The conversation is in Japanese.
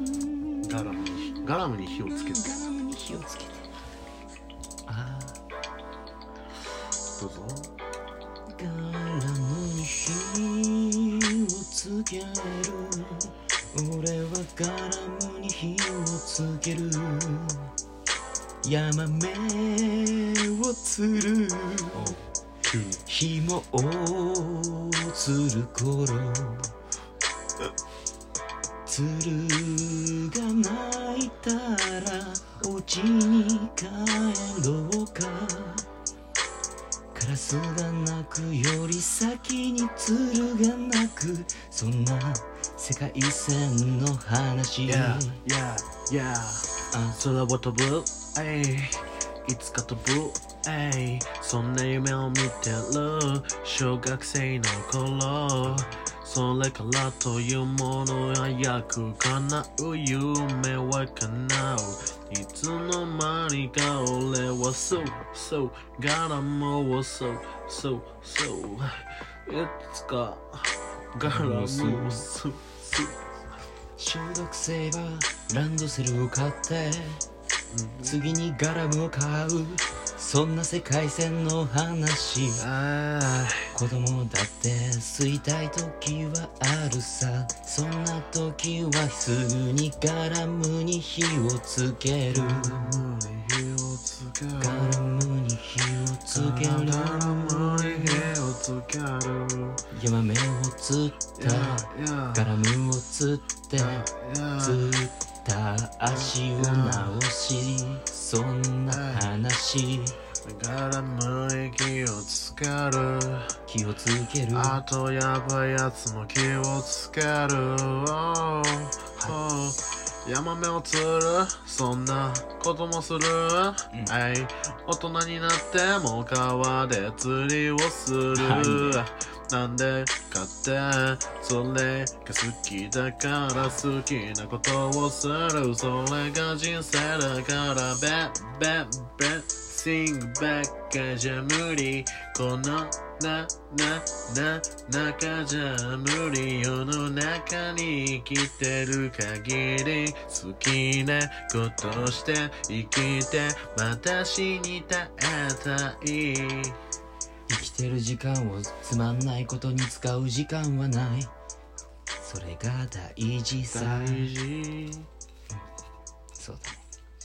ガラムに火をつけて、 あどうぞ。 ガラムに火をつける、俺はガラムに火をつける、ヤマメを釣る、紐を釣る頃、鶴が鳴いたらお家に帰ろうか、カラスが鳴くより先に鶴が鳴く、そんな世界線の話。 空を飛ぶ、いつか飛ぶ、そんな夢を見てる小学生の頃、それからというものは早く叶う、夢は叶う、いつの間にか俺はそうガラムをそういつかガラムをそう小学生はランドセルを買って、次にガラムを買う、そんな世界線の話。子供だって吸いたい時はあるさ、そんな時はすぐにガラムに火をつける、ガラムに火をつける、ヤマメを釣った、ガラムを釣って釣った足を直し、そんな話。 ガラムに気をつける、 気をつける、 あとやばいやつも気をつける、ヤマメを釣る、そんなこともする、大人になっても川で釣りをする、なんでかってそれが好きだから、好きなことをする、それが人生だから、Sing ばっかじゃ無理、この中じゃ無理、世の中に生きてる限り好きなことして生きて、また死にたい、 生きてる時間をつまんないことに使う時間はない、それが大事さ。 大事。 そうだね。